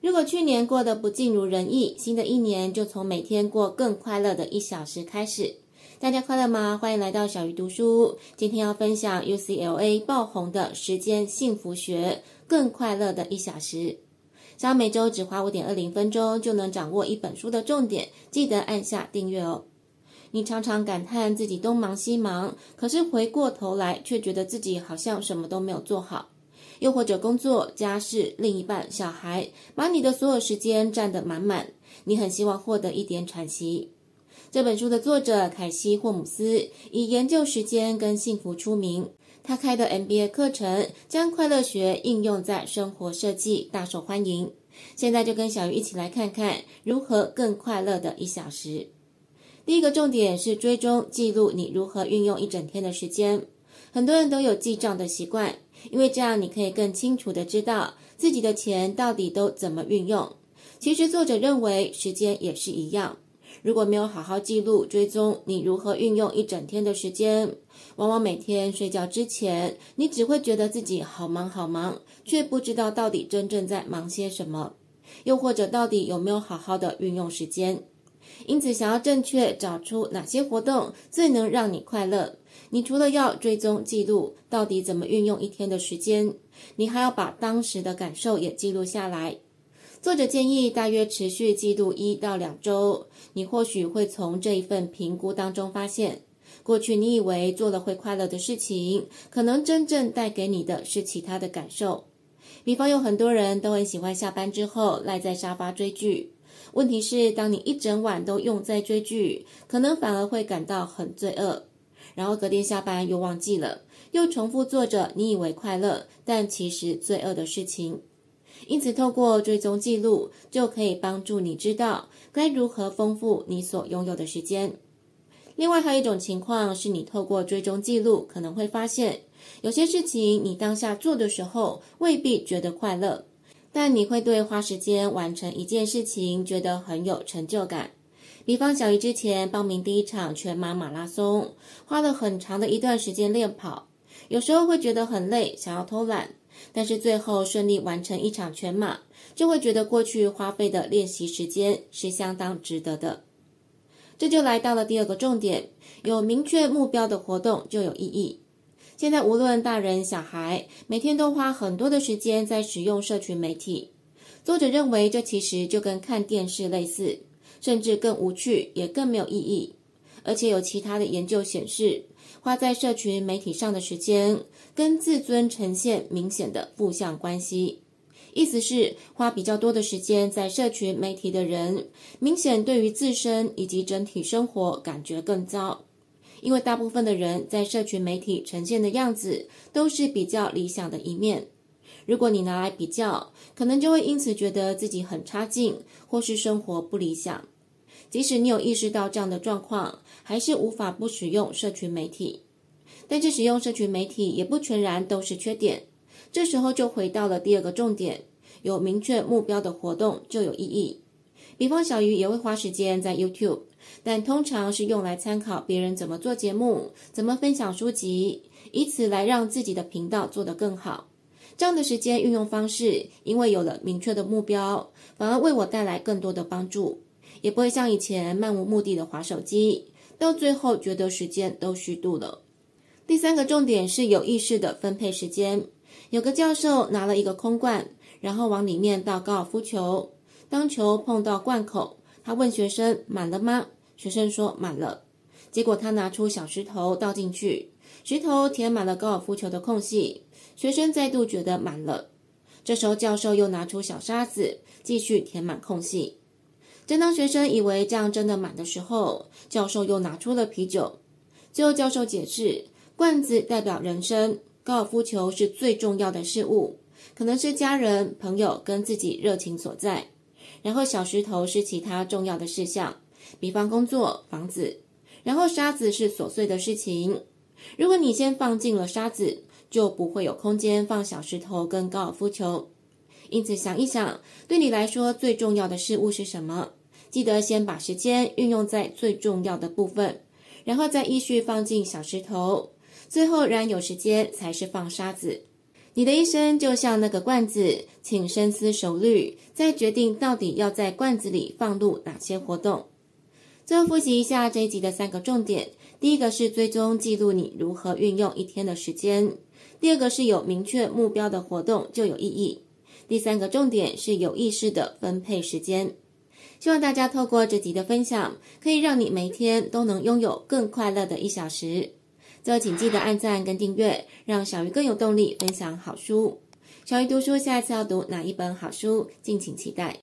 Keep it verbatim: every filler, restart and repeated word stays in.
如果去年过得不尽如人意，新的一年就从每天过更快乐的一小时开始。大家快乐吗？欢迎来到小鱼读书。今天要分享 U C L A 爆红的时间幸福学，更快乐的一小时。想每周只花 五点二零 分钟就能掌握一本书的重点，记得按下订阅哦。你常常感叹自己东忙西忙，可是回过头来却觉得自己好像什么都没有做好。又或者工作、家事、另一半、小孩，把你的所有时间占得满满，你很希望获得一点喘息。这本书的作者凯西·霍姆斯以研究时间跟幸福出名，他开的 M B A 课程将快乐学应用在生活设计，大受欢迎。现在就跟小鱼一起来看看如何更快乐的一小时。第一个重点是追踪记录你如何运用一整天的时间。很多人都有记账的习惯，因为这样你可以更清楚地知道自己的钱到底都怎么运用。其实作者认为时间也是一样，如果没有好好记录追踪你如何运用一整天的时间，往往每天睡觉之前，你只会觉得自己好忙好忙，却不知道到底真正在忙些什么，又或者到底有没有好好的运用时间。因此想要正确找出哪些活动最能让你快乐，你除了要追踪记录到底怎么运用一天的时间，你还要把当时的感受也记录下来。作者建议大约持续记录一到两周，你或许会从这一份评估当中发现，过去你以为做了会快乐的事情，可能真正带给你的是其他的感受。比方有很多人都很喜欢下班之后赖在沙发追剧，问题是当你一整晚都用在追剧，可能反而会感到很罪恶，然后隔天下班又忘记了，又重复做着你以为快乐但其实罪恶的事情。因此透过追踪记录就可以帮助你知道该如何丰富你所拥有的时间。另外还有一种情况是，你透过追踪记录可能会发现，有些事情你当下做的时候未必觉得快乐，但你会对花时间完成一件事情觉得很有成就感。比方小鱼之前报名第一场全马马拉松，花了很长的一段时间练跑，有时候会觉得很累，想要偷懒，但是最后顺利完成一场全马，就会觉得过去花费的练习时间是相当值得的。这就来到了第二个重点，有明确目标的活动就有意义。现在无论大人小孩，每天都花很多的时间在使用社群媒体。作者认为这其实就跟看电视类似，甚至更无趣，也更没有意义。而且有其他的研究显示，花在社群媒体上的时间跟自尊呈现明显的负向关系。意思是花比较多的时间在社群媒体的人，明显对于自身以及整体生活感觉更糟。因为大部分的人在社群媒体呈现的样子都是比较理想的一面，如果你拿来比较，可能就会因此觉得自己很差劲，或是生活不理想。即使你有意识到这样的状况，还是无法不使用社群媒体。但是使用社群媒体也不全然都是缺点，这时候就回到了第二个重点，有明确目标的活动就有意义。比方小鱼也会花时间在 YouTube， 但通常是用来参考别人怎么做节目，怎么分享书籍，以此来让自己的频道做得更好。这样的时间运用方式，因为有了明确的目标，反而为我带来更多的帮助，也不会像以前漫无目的的滑手机，到最后觉得时间都虚度了。第三个重点是有意识的分配时间。有个教授拿了一个空罐，然后往里面倒高尔夫球，当球碰到罐口，他问学生满了吗？学生说满了。结果他拿出小石头倒进去，石头填满了高尔夫球的空隙，学生再度觉得满了。这时候教授又拿出小沙子，继续填满空隙。正当学生以为这样真的满的时候，教授又拿出了啤酒。最后教授解释，罐子代表人生，高尔夫球是最重要的事物，可能是家人、朋友跟自己热情所在。然后小石头是其他重要的事项，比方工作、房子。然后沙子是琐碎的事情。如果你先放进了沙子，就不会有空间放小石头跟高尔夫球。因此想一想，对你来说最重要的事物是什么？记得先把时间运用在最重要的部分，然后再依序放进小石头，最后仍然有时间才是放沙子。 你的一生就像那个罐子，请深思熟虑，再决定到底要在罐子里放入哪些活动。最后复习一下这一集的三个重点。第一个是追踪记录你如何运用一天的时间。第二个是有明确目标的活动就有意义。第三个重点是有意识的分配时间。希望大家透过这集的分享，可以让你每天都能拥有更快乐的一小时。最后请记得按赞跟订阅，让小鱼更有动力分享好书。小鱼读书下一次要读哪一本好书，敬请期待。